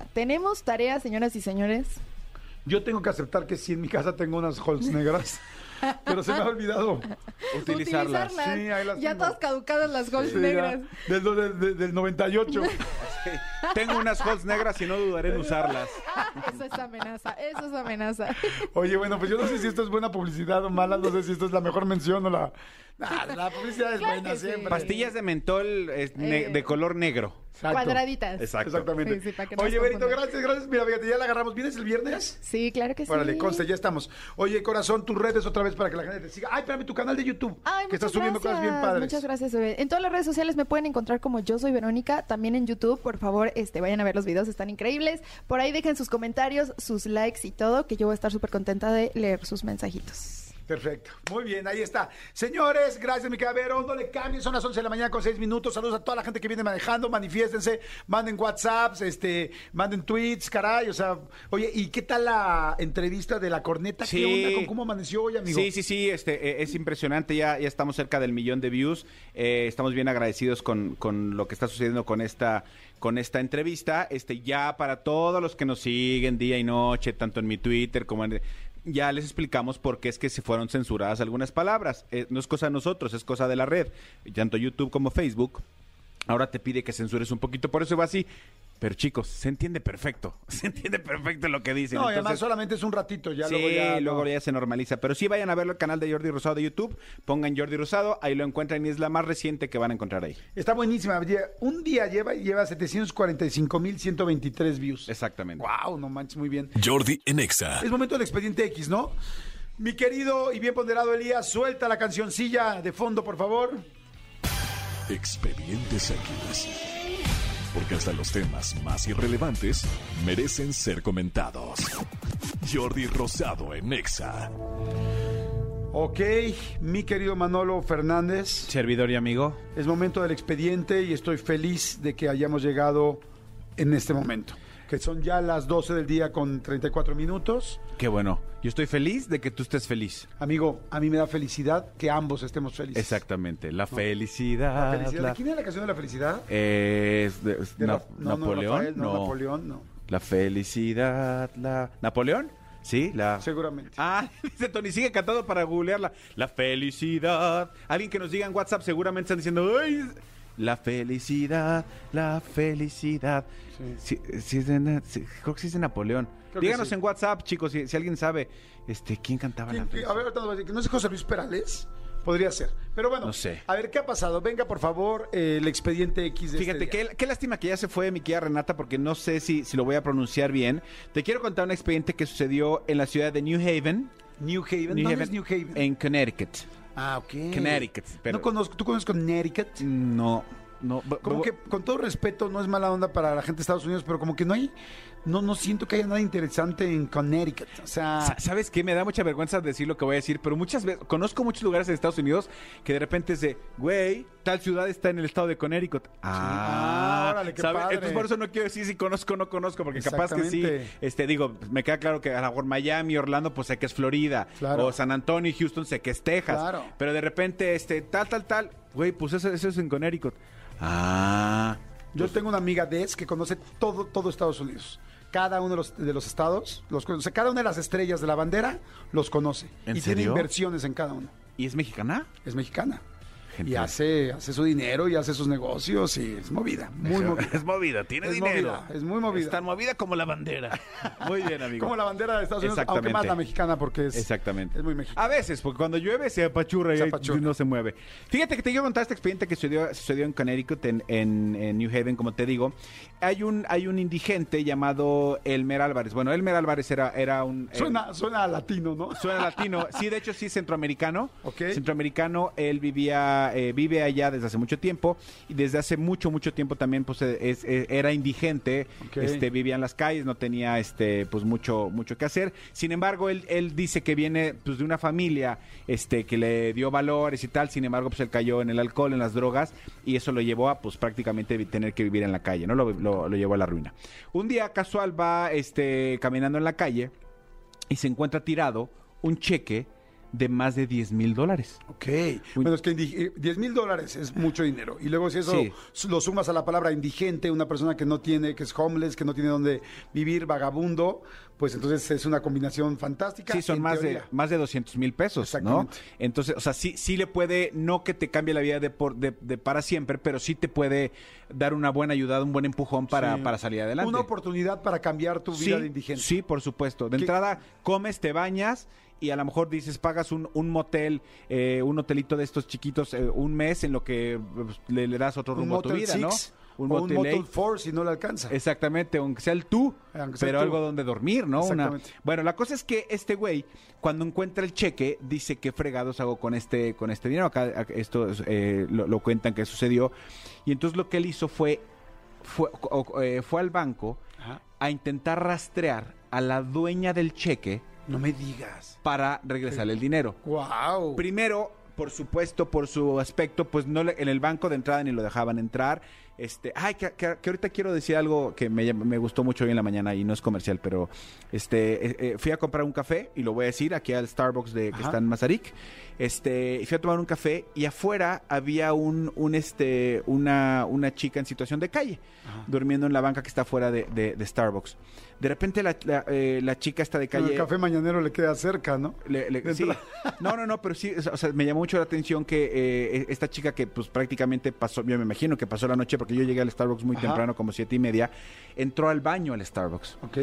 tarea, señoras y señores. Yo tengo que aceptar que sí en mi casa tengo unas Halls negras, pero se me ha olvidado. Utilizarlas. Sí, ahí las Ya tengo. todas caducadas las Halls Sí, negras. ya, del 98. Sí. Tengo unas Halls negras y no dudaré en usarlas. Eso es amenaza. Oye, bueno, pues yo no sé si esto es buena publicidad o mala, no sé si esto es la mejor mención o la... la publicidad es Claro buena que sí. siempre. Pastillas de mentol de color negro. Exacto. Cuadraditas. Exacto. Exactamente. Sí, sí, para que no Oye, se Berito, confunda. gracias. Mira, fíjate, ya la agarramos. ¿Vienes el viernes? Sí, claro que sí. Órale, conste, ya estamos. Oye, corazón, tus redes otra vez para que la gente te siga. Ay, espérame, tu canal de YouTube, Ay, que estás muchas subiendo cosas bien gracias, padres. Muchas gracias, bebé. En todas las redes sociales me pueden encontrar como Yo Soy Verónica, también en YouTube. Por favor, vayan a ver los videos, están increíbles. Por ahí dejen sus comentarios, sus likes y todo, que yo voy a estar súper contenta de leer sus mensajitos. Perfecto. Muy bien, ahí está. Señores, gracias, mi cabero. No le cambien, son las 11 de la mañana con 6 minutos. Saludos a toda la gente que viene manejando. Manifiéstense, manden WhatsApps, manden tweets, caray. O sea, oye, ¿y qué tal la entrevista de La Corneta? Sí. ¿Qué onda? ¿Cómo amaneció hoy, amigo? Sí, es impresionante, ya estamos cerca del 1,000,000 de views, estamos bien agradecidos con lo que está sucediendo con esta entrevista, ya para todos los que nos siguen día y noche, tanto en mi Twitter como ya les explicamos por qué es que se fueron censuradas algunas palabras, no es cosa de nosotros, es cosa de la red, tanto YouTube como Facebook. Ahora te pide que censures un poquito, por eso va así. Pero chicos, se entiende perfecto lo que dicen. No, y además Entonces, solamente es un ratito, ya sí, luego ya... ya se normaliza. Pero sí vayan a ver el canal de Jordi Rosado de YouTube, pongan Jordi Rosado, ahí lo encuentran y es la más reciente que van a encontrar ahí. Está buenísima. Un día lleva 745,123 views. Exactamente. Wow, no manches, muy bien. Jordi en Exa. Es momento del expediente X, ¿no? Mi querido y bien ponderado Elías, suelta la cancioncilla de fondo, por favor. Expedientes X. Porque hasta los temas más irrelevantes merecen ser comentados. Jordi Rosado en Exa. Ok, mi querido Manolo Fernández, Servidor y amigo. es momento del expediente y estoy feliz de que hayamos llegado en este momento. que son ya las 12 del día con 34 minutos. Qué bueno. Yo estoy feliz de que tú estés feliz. Amigo, a mí me da felicidad que ambos estemos felices. Exactamente. La felicidad. La felicidad. ¿De quién era la canción de la felicidad? Es de Napoleón. Rafael, Napoleón, no. La felicidad. ¿Napoleón? Sí, Seguramente. Dice Tony, sigue cantando para googlearla. La felicidad. Alguien que nos diga en WhatsApp seguramente están diciendo, ¡ay! La felicidad, la felicidad. Sí. Creo que sí es de Napoleón. Díganos en WhatsApp, chicos, si alguien sabe quién cantaba la felicidad. A ver, ahorita nos va a decir que no es José Luis Perales. Podría ser. Pero bueno, no sé. A ver, ¿qué ha pasado? Venga, por favor, el expediente X de Fíjate, este día. qué lástima que ya se fue mi querida Renata, porque no sé si lo voy a pronunciar bien. Te quiero contar un expediente que sucedió en la ciudad de New Haven. New Haven. ¿Dónde es New Haven? En Connecticut. Ok. Connecticut. Pero... No conozco. ¿Tú conoces Connecticut? No. Como que, con todo respeto, no es mala onda para la gente de Estados Unidos, pero como que no hay... No siento que haya nada interesante en Connecticut. O sea... ¿Sabes qué? Me da mucha vergüenza decir lo que voy a decir, pero muchas veces... Conozco muchos lugares en Estados Unidos que de repente es de... Güey, tal ciudad está en el estado de Connecticut. Órale, qué padre. Entonces por eso no quiero decir si conozco o no conozco, porque capaz que sí. Digo, me queda claro que a lo mejor Miami, Orlando, pues sé que es Florida. Claro. O San Antonio y Houston sé que es Texas. Claro. Pero de repente, tal. Güey, pues eso es en Connecticut. Yo tengo una amiga que conoce todo Estados Unidos. Cada uno de los estados los conoce. Cada una de las estrellas de la bandera los conoce. ¿En y serio? tiene inversiones en cada uno. ¿Y es mexicana? Es mexicana. Gente. Y hace su dinero y hace sus negocios y es movida, muy movida. Es movida, tiene Es dinero. movida, es muy movida. Es tan movida como la bandera. Muy bien, amigo. Como la bandera de Estados Unidos, aunque Exactamente. más la mexicana porque es... Exactamente. Es muy mexicana. A veces, porque cuando llueve se apachurra y no se mueve. Fíjate que te quiero contar este expediente que sucedió en Connecticut, en New Haven, como te digo. Hay un indigente llamado Elmer Álvarez. Bueno, Elmer Álvarez era un... Suena latino, ¿no? Suena latino. Sí, de hecho sí es centroamericano. Ok. Centroamericano. Él vive allá desde hace mucho tiempo y desde hace mucho tiempo también pues era indigente. Okay. Vivía en las calles, no tenía pues mucho que hacer. Sin embargo, él dice que viene pues de una familia que le dio valores y tal. Sin embargo, pues él cayó en el alcohol, en las drogas y eso lo llevó a pues prácticamente tener que vivir en la calle, ¿no? Lo llevó a la ruina. Un día casual va caminando en la calle y se encuentra tirado un cheque de más de $10,000. Ok. Bueno, es que $10,000 es mucho dinero. Y luego si eso lo sumas a la palabra indigente, una persona que no tiene, que es homeless, que no tiene dónde vivir, vagabundo, pues entonces es una combinación fantástica. Sí, son más de $200,000, exactamente, ¿no? Entonces, o sea, sí le puede, no que te cambie la vida de para siempre, pero sí te puede dar una buena ayuda, un buen empujón para salir adelante. Una oportunidad para cambiar tu vida de indigente. Sí, por supuesto. De entrada, comes, te bañas y a lo mejor dices, pagas un motel, un hotelito de estos chiquitos un mes en lo que le das otro rumbo a tu vida, ¿no? Un Motel 4 si no le alcanza. Exactamente, aunque sea el tú, pero algo donde dormir, ¿no? Bueno, la cosa es que este güey, cuando encuentra el cheque, dice, ¿qué fregados hago con este dinero? Acá esto lo cuentan que sucedió. Y entonces lo que él hizo fue al banco a intentar rastrear a la dueña del cheque. No me digas. Para regresarle el dinero. ¡Wow! Primero, por supuesto, por su aspecto, pues no en el banco de entrada ni lo dejaban entrar. Que ahorita quiero decir algo que me gustó mucho hoy en la mañana y no es comercial, pero fui a comprar un café y lo voy a decir aquí al Starbucks que está en Mazarik. Fui a tomar un café y afuera había una chica en situación de calle, durmiendo en la banca que está afuera de Starbucks. De repente la chica está de calle. Pero el café mañanero le queda cerca, ¿no? Sí. No, pero sí, o sea, me llamó mucho la atención que esta chica que pues prácticamente pasó, yo me imagino que pasó la noche porque yo llegué al Starbucks muy temprano, como 7:30, entró al baño al Starbucks. Ok.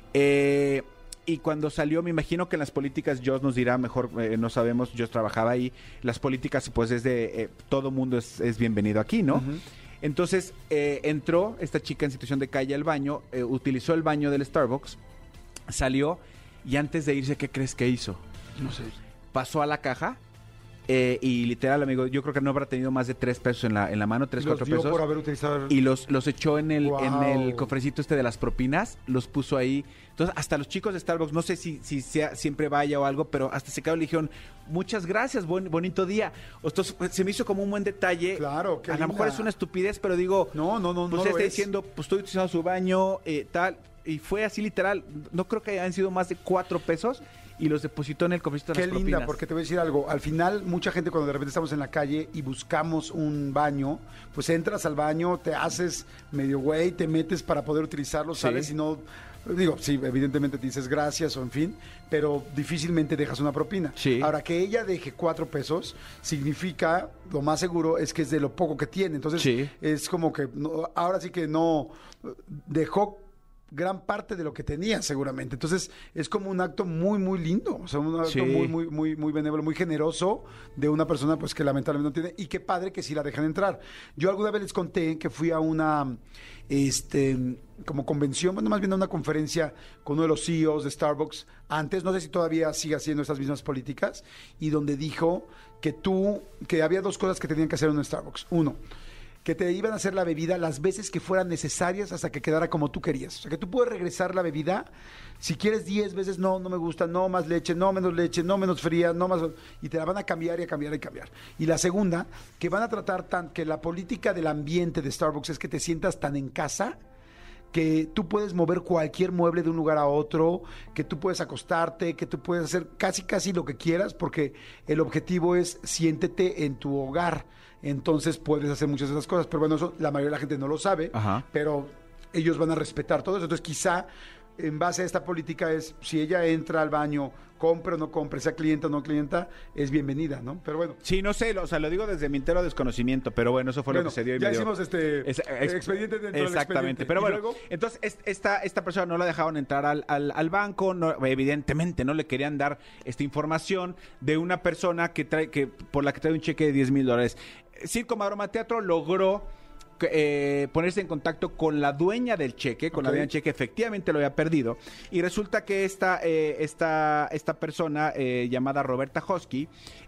Y cuando salió, me imagino que en las políticas, Joss nos dirá mejor, no sabemos, Joss trabajaba ahí, las políticas pues es de todo mundo es bienvenido aquí, ¿no? Entonces entró esta chica en situación de calle al baño, utilizó el baño del Starbucks, salió y antes de irse, ¿qué crees que hizo? No sé. Pasó a la caja y literal, amigo, yo creo que no habrá tenido más de $3 en la mano, 3, 4 pesos. Por haber utilizado y los echó en el cofrecito de las propinas, los puso ahí. Entonces, hasta los chicos de Starbucks, no sé si siempre vaya o algo, pero hasta se quedó y le dijeron, muchas gracias, bonito día. Entonces, se me hizo como un buen detalle. Claro, qué a lo mejor es una estupidez, pero digo, no pues está diciendo, pues estoy utilizando su baño, tal. y fue así literal. No creo que hayan sido más de 4 pesos y los depositó en el cofrecito de las propinas. Qué linda, porque te voy a decir algo. Al final, mucha gente cuando de repente estamos en la calle y buscamos un baño, pues entras al baño, te haces medio güey, te metes para poder utilizarlo, sales y no... Digo, sí, evidentemente te dices gracias o en fin, pero difícilmente dejas una propina. Sí. Ahora, que ella deje 4 pesos significa, lo más seguro es que es de lo poco que tiene. Entonces, es como que ahora sí que no dejó gran parte de lo que tenía seguramente. Entonces, es como un acto muy, muy lindo. O sea, un acto muy, muy, muy, muy benévolo, muy generoso de una persona pues que lamentablemente no tiene. Y qué padre que sí la dejan entrar. Yo alguna vez les conté que fui a una como convención, bueno, más bien a una conferencia con uno de los CEOs de Starbucks antes, no sé si todavía sigue haciendo estas mismas políticas, y donde dijo que había 2 cosas que tenían que hacer en un Starbucks. Uno, que te iban a hacer la bebida las veces que fueran necesarias hasta que quedara como tú querías. O sea, que tú puedes regresar la bebida, si quieres 10 veces, no me gusta, no más leche, no menos fría, no más... Y te la van a cambiar y a cambiar y cambiar. Y la segunda, que van a tratar que la política del ambiente de Starbucks es que te sientas tan en casa que tú puedes mover cualquier mueble de un lugar a otro, que tú puedes acostarte, que tú puedes hacer casi lo que quieras, porque el objetivo es siéntete en tu hogar. Entonces puedes hacer muchas de esas cosas, pero bueno, eso la mayoría de la gente no lo sabe, pero ellos van a respetar todo eso. Entonces quizá en base a esta política es, si ella entra al baño, compre o no compre, sea clienta o no clienta, es bienvenida, ¿no? Pero bueno. Sí, no sé, o sea, lo digo desde mi entero desconocimiento, pero bueno, eso fue lo que se dio. Ya hicimos expediente dentro del exactamente, pero bueno, luego, entonces esta persona no la dejaron entrar al banco, no, evidentemente no le querían dar esta información de una persona por la que trae un cheque de $10,000. Circo, Maroma, Teatro logró ponerse en contacto con la dueña del cheque, con la dueña del cheque, efectivamente lo había perdido, y resulta que esta persona llamada Roberta Hosky,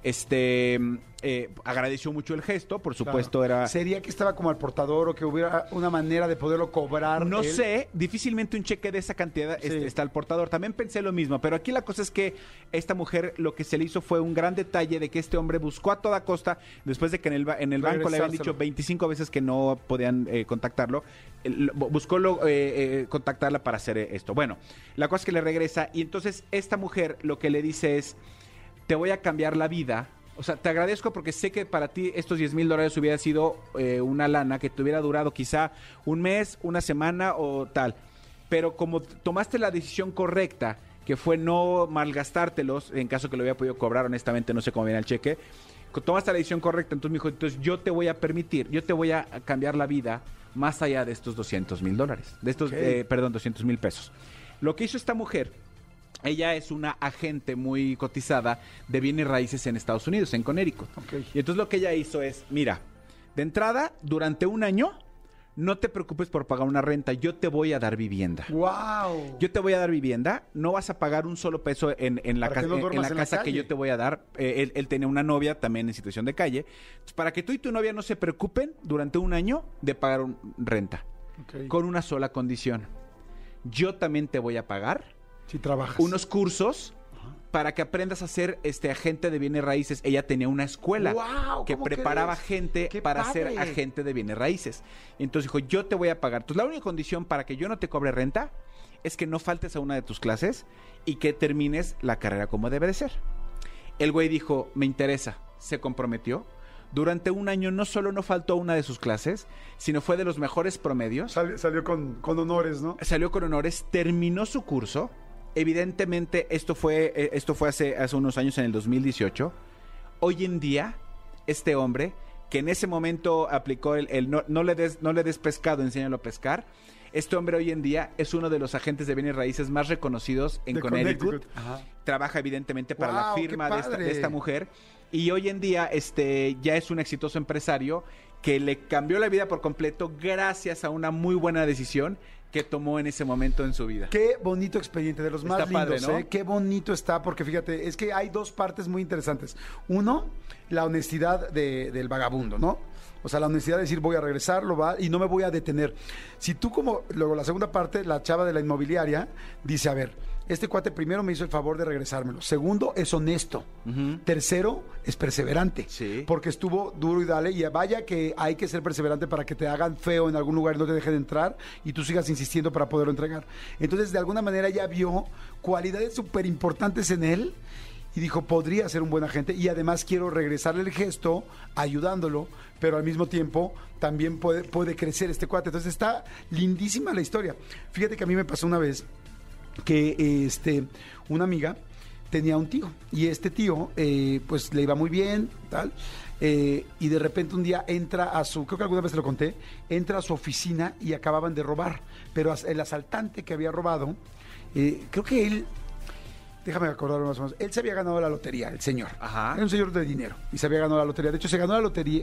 agradeció mucho el gesto, por supuesto. Claro. ¿Sería que estaba como al portador o que hubiera una manera de poderlo cobrar? No sé, difícilmente un cheque de esa cantidad está al portador. También pensé lo mismo, pero aquí la cosa es que esta mujer lo que se le hizo fue un gran detalle de que este hombre buscó a toda costa, después de que en el banco le habían dicho 25 veces que no podían contactarlo, buscó contactarla para hacer esto. Bueno, la cosa es que le regresa, y entonces esta mujer lo que le dice es: te voy a cambiar la vida. O sea, te agradezco porque sé que para ti estos $10,000 hubiera sido una lana que te hubiera durado quizá un mes, una semana o tal. Pero como tomaste la decisión correcta, que fue no malgastártelos, en caso que lo hubiera podido cobrar, honestamente no sé cómo viene el cheque, tomaste la decisión correcta, entonces me dijo, entonces yo te voy a cambiar la vida más allá de estos $200,000, de estos, $200,000 pesos. Lo que hizo esta mujer, ella es una agente muy cotizada de bienes raíces en Estados Unidos, en Connecticut. Y entonces lo que ella hizo es, mira, de entrada, durante un año, no te preocupes por pagar una renta, yo te voy a dar vivienda. ¡Wow! Yo te voy a dar vivienda, no vas a pagar un solo peso en la casa que yo te voy a dar. Él tenía una novia también en situación de calle. Entonces, para que tú y tu novia no se preocupen durante un año de pagar renta. Con una sola condición. Yo también te voy a pagar si trabajas unos cursos para que aprendas a ser agente de bienes raíces. Ella tenía una escuela que preparaba gente para ser agente de bienes raíces. Entonces dijo, yo te voy a pagar. Entonces la única condición para que yo no te cobre renta es que no faltes a una de tus clases y que termines la carrera como debe de ser. El güey dijo, me interesa, se comprometió. Durante un año no solo no faltó a una de sus clases, sino fue de los mejores promedios. Salió con honores, ¿no? Salió con honores, terminó su curso. Evidentemente, esto fue hace unos años, en el 2018. Hoy en día, este hombre, que en ese momento aplicó no le des pescado, enséñalo a pescar. Este hombre hoy en día es uno de los agentes de bienes raíces más reconocidos en Connecticut. Trabaja evidentemente para la firma de esta mujer. Y hoy en día ya es un exitoso empresario que le cambió la vida por completo gracias a una muy buena decisión que tomó en ese momento en su vida. Qué bonito expediente, de los más está lindos, padre, ¿no? Qué bonito está, porque fíjate, es que hay dos partes muy interesantes. Uno, la honestidad del vagabundo, ¿no? O sea, la honestidad de decir, voy a regresar, y no me voy a detener. Si tú luego la segunda parte, la chava de la inmobiliaria, dice, a ver, Este cuate primero me hizo el favor de regresármelo. Segundo, es honesto. Tercero, es perseverante. Sí. Porque estuvo duro y dale. Y vaya que hay que ser perseverante para que te hagan feo en algún lugar y no te dejen entrar y tú sigas insistiendo para poderlo entregar. Entonces, de alguna manera ya vio cualidades súper importantes en él y dijo, podría ser un buen agente y además quiero regresarle el gesto ayudándolo, pero al mismo tiempo también puede crecer este cuate. Entonces está lindísima la historia. Fíjate que a mí me pasó una vez que una amiga tenía un tío y este tío pues le iba muy bien, tal, y de repente un día entra creo que alguna vez te lo conté, entra a su oficina y acababan de robar, pero el asaltante que había robado, creo que él, déjame acordarme más o menos, él se había ganado la lotería, el señor. Ajá. Era un señor de dinero y se había ganado la lotería. De hecho, se ganó la lotería,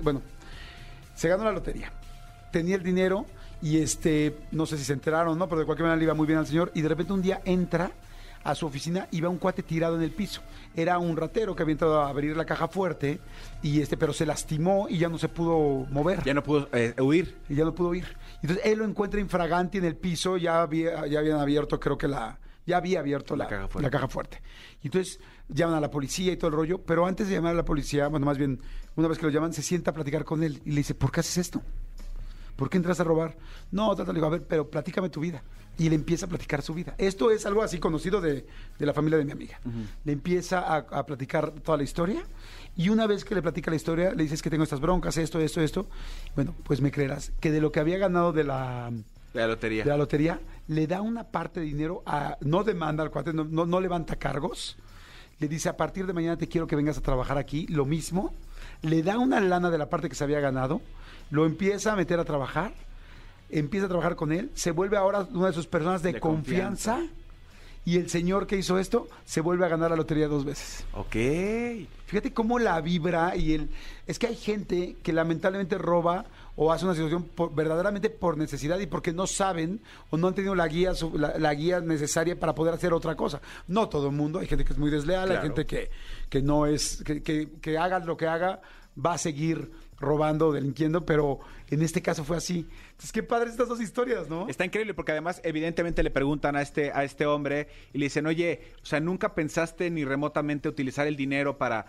se ganó la lotería. Tenía el dinero y no sé si se enteraron o no, pero de cualquier manera le iba muy bien al señor y de repente un día entra a su oficina y va un cuate tirado en el piso. Era un ratero que había entrado a abrir la caja fuerte y pero se lastimó y ya no se pudo mover. Ya no pudo huir. Y ya no pudo huir. Entonces él lo encuentra infraganti en el piso, ya habían abierto, creo que ya había abierto la caja fuerte. Y entonces llaman a la policía y todo el rollo, pero antes de llamar a la policía, bueno, más bien, una vez que lo llaman, se sienta a platicar con él y le dice, ¿por qué haces esto? ¿Por qué entras a robar? No, le digo, a ver, pero platícame tu vida. Y le empieza a platicar su vida. Esto es algo así conocido de la familia de mi amiga. Le empieza a platicar toda la historia y una vez que le platica la historia, le dices que tengo estas broncas, esto. Bueno, pues me creerás que de lo que había ganado de la lotería, le da una parte de dinero, no demanda al cuate, no levanta cargos, le dice, a partir de mañana te quiero que vengas a trabajar aquí, lo mismo, le da una lana de la parte que se había ganado, lo empieza a meter a trabajar, empieza a trabajar con él, se vuelve ahora una de sus personas de confianza. Y el señor que hizo esto se vuelve a ganar la lotería 2 veces. Ok. Fíjate cómo la vibra es que hay gente que lamentablemente roba o hace una situación verdaderamente por necesidad y porque no saben o no han tenido la guía necesaria para poder hacer otra cosa. No todo el mundo, hay gente que es muy desleal, claro. Hay gente que no es, que haga lo que haga, va a seguir robando, delinquiendo, pero en este caso fue así. Entonces, qué padre estas dos historias, ¿no? Está increíble porque además evidentemente le preguntan a este hombre y le dicen, oye, o sea, ¿nunca pensaste ni remotamente utilizar el dinero para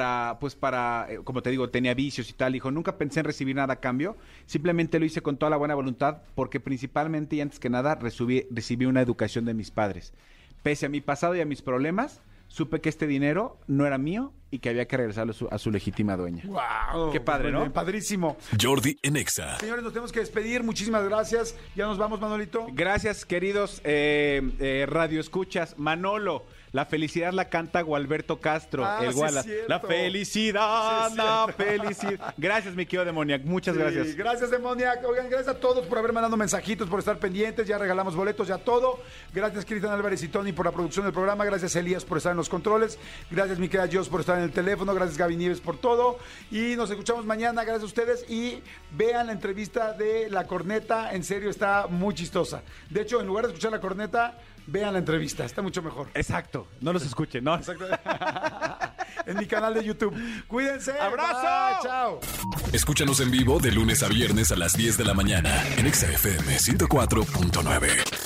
como te digo, tenía vicios y tal? Dijo, nunca pensé en recibir nada a cambio, simplemente lo hice con toda la buena voluntad porque principalmente y antes que nada recibí una educación de mis padres. Pese a mi pasado y a mis problemas, supe que este dinero no era mío y que había que regresarlo a su legítima dueña. ¡Wow! Qué padre, ¿no? Padrísimo. Jordi en Exa. Señores, nos tenemos que despedir. Muchísimas gracias. Ya nos vamos, Manolito. Gracias, queridos Radio Escuchas. Manolo, la felicidad la canta Gualberto Castro, el Guala. Sí, la felicidad, sí, la felicidad. Gracias, mi querido Demoniac. Muchas gracias. Gracias, Demoniac. Oigan, gracias a todos por haber mandado mensajitos, por estar pendientes. Ya regalamos boletos, ya todo. Gracias, Cristian Álvarez y Tony, por la producción del programa. Gracias, Elías, por estar en los controles. Gracias, mi querida Jos, por estar en el teléfono. Gracias, Gaby Nieves, por todo. Y nos escuchamos mañana. Gracias a ustedes. Y vean la entrevista de La Corneta. En serio, está muy chistosa. De hecho, en lugar de escuchar La Corneta, vean la entrevista. Está mucho mejor. Exacto. No los escuchen, ¿no? Exacto. En mi canal de YouTube. Cuídense. ¡Abrazo! Bye, chao. Escúchanos en vivo de lunes a viernes a las 10 de la mañana en Exa FM 104.9.